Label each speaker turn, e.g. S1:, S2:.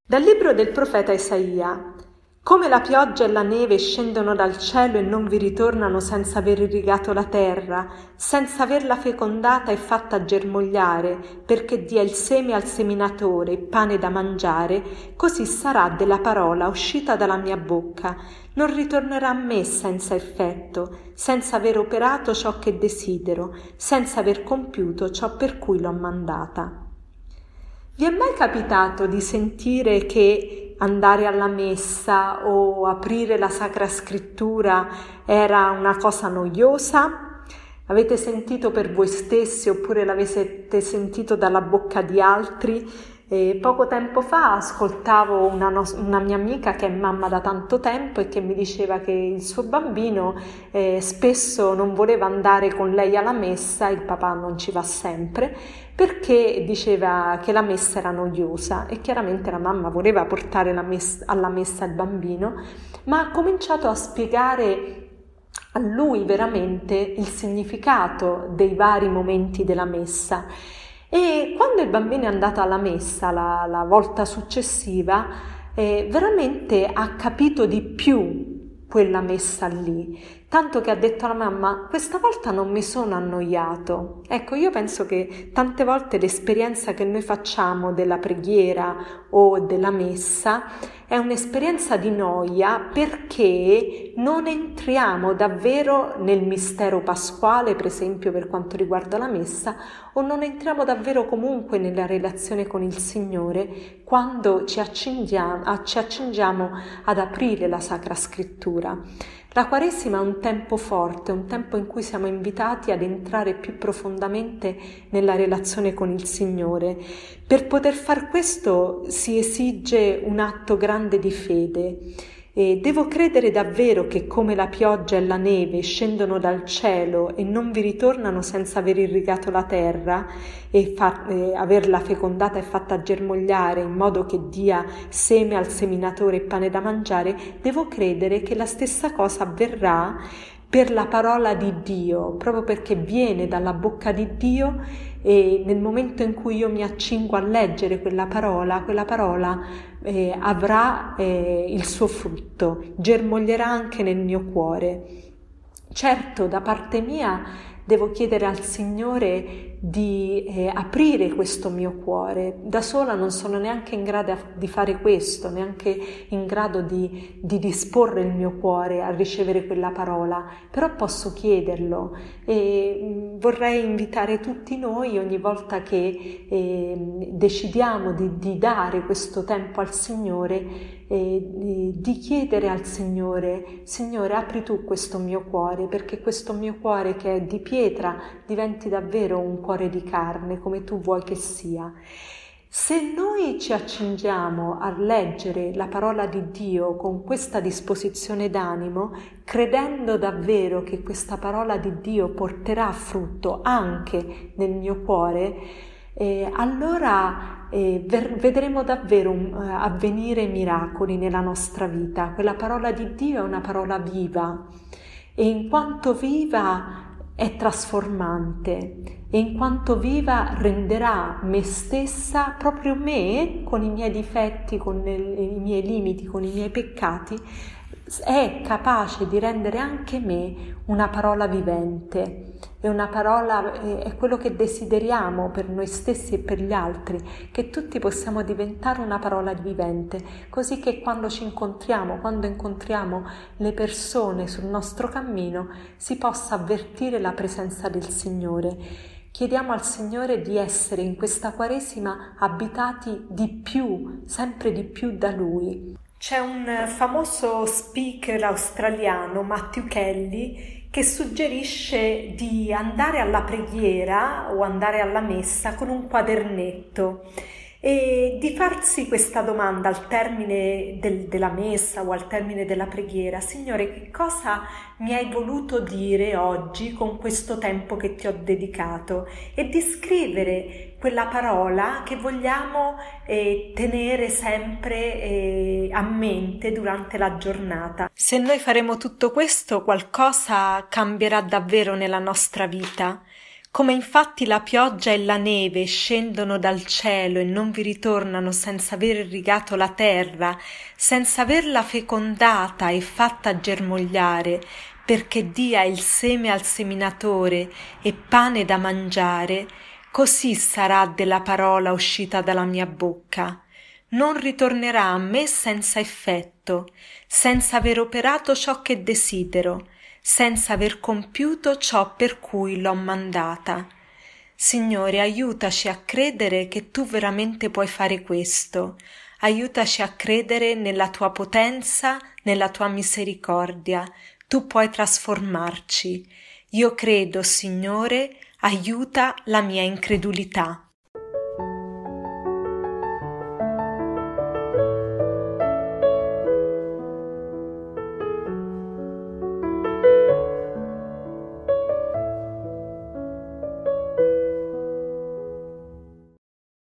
S1: Dal libro del profeta Isaia. Come la pioggia e la neve scendono dal cielo e non vi ritornano senza aver irrigato la terra, senza averla fecondata e fatta germogliare, perché dia il seme al seminatore, pane da mangiare, così sarà della parola uscita dalla mia bocca. Non ritornerà a me senza effetto, senza aver operato ciò che desidero, senza aver compiuto ciò per cui l'ho mandata. Vi è mai capitato di sentire che andare alla messa o aprire la Sacra Scrittura era una cosa noiosa? Avete sentito per voi stessi oppure l'avete sentito dalla bocca di altri? Poco tempo fa ascoltavo una mia amica che è mamma da tanto tempo e che mi diceva che il suo bambino spesso non voleva andare con lei alla messa, il papà non ci va sempre, perché diceva che la messa era noiosa e chiaramente la mamma voleva portare alla messa il bambino, ma ha cominciato a spiegare a lui veramente il significato dei vari momenti della messa. E quando il bambino è andato alla messa la volta successiva, veramente ha capito di più quella messa lì, tanto che ha detto alla mamma: questa volta non mi sono annoiato. Ecco, io penso che tante volte l'esperienza che noi facciamo della preghiera o della messa è un'esperienza di noia perché non entriamo davvero nel mistero pasquale, per esempio per quanto riguarda la messa, o non entriamo davvero comunque nella relazione con il Signore quando ci accingiamo ad aprire la Sacra Scrittura. La Quaresima è un tempo forte, un tempo in cui siamo invitati ad entrare più profondamente nella relazione con il Signore. Per poter far questo si esige un atto grande di fede. E devo credere davvero che come la pioggia e la neve scendono dal cielo e non vi ritornano senza aver irrigato la terra e averla fecondata e fatta germogliare in modo che dia seme al seminatore e pane da mangiare, devo credere che la stessa cosa avverrà per la parola di Dio, proprio perché viene dalla bocca di Dio, e nel momento in cui io mi accingo a leggere quella parola avrà il suo frutto, germoglierà anche nel mio cuore. Certo, da parte mia devo chiedere al Signore di aprire questo mio cuore. Da sola non sono neanche in grado di fare questo, neanche in grado di disporre il mio cuore a ricevere quella parola, però posso chiederlo e vorrei invitare tutti noi, ogni volta che decidiamo di dare questo tempo al Signore, di chiedere al Signore: Signore, apri tu questo mio cuore, perché questo mio cuore che è di pietra diventi davvero un cuore di carne, come tu vuoi che sia. Se noi ci accingiamo a leggere la parola di Dio con questa disposizione d'animo, credendo davvero che questa parola di Dio porterà frutto anche nel mio cuore, allora vedremo davvero avvenire miracoli nella nostra vita. Quella parola di Dio è una parola viva e in quanto viva è trasformante e in quanto viva renderà me stessa, proprio me, con i miei difetti, con i miei limiti, con i miei peccati, è capace di rendere anche me una parola vivente. È una parola, è quello che desideriamo per noi stessi e per gli altri, che tutti possiamo diventare una parola vivente, così che quando incontriamo le persone sul nostro cammino, si possa avvertire la presenza del Signore. Chiediamo al Signore di essere in questa Quaresima abitati di più, sempre di più da Lui. C'è un famoso speaker australiano, Matthew Kelly, che suggerisce di andare alla preghiera o andare alla messa con un quadernetto e di farsi questa domanda al termine della messa o al termine della preghiera: Signore, che cosa mi hai voluto dire oggi con questo tempo che ti ho dedicato? E di scrivere quella parola che vogliamo tenere sempre a mente durante la giornata. Se noi faremo tutto questo, qualcosa cambierà davvero nella nostra vita. Come infatti la pioggia e la neve scendono dal cielo e non vi ritornano senza aver irrigato la terra, senza averla fecondata e fatta germogliare, perché dia il seme al seminatore e pane da mangiare, così sarà della parola uscita dalla mia bocca. Non ritornerà a me senza effetto, senza aver operato ciò che desidero, senza aver compiuto ciò per cui l'ho mandata. Signore, aiutaci a credere che tu veramente puoi fare questo. Aiutaci a credere nella tua potenza, nella tua misericordia. Tu puoi trasformarci. Io credo, Signore, aiuta la mia incredulità.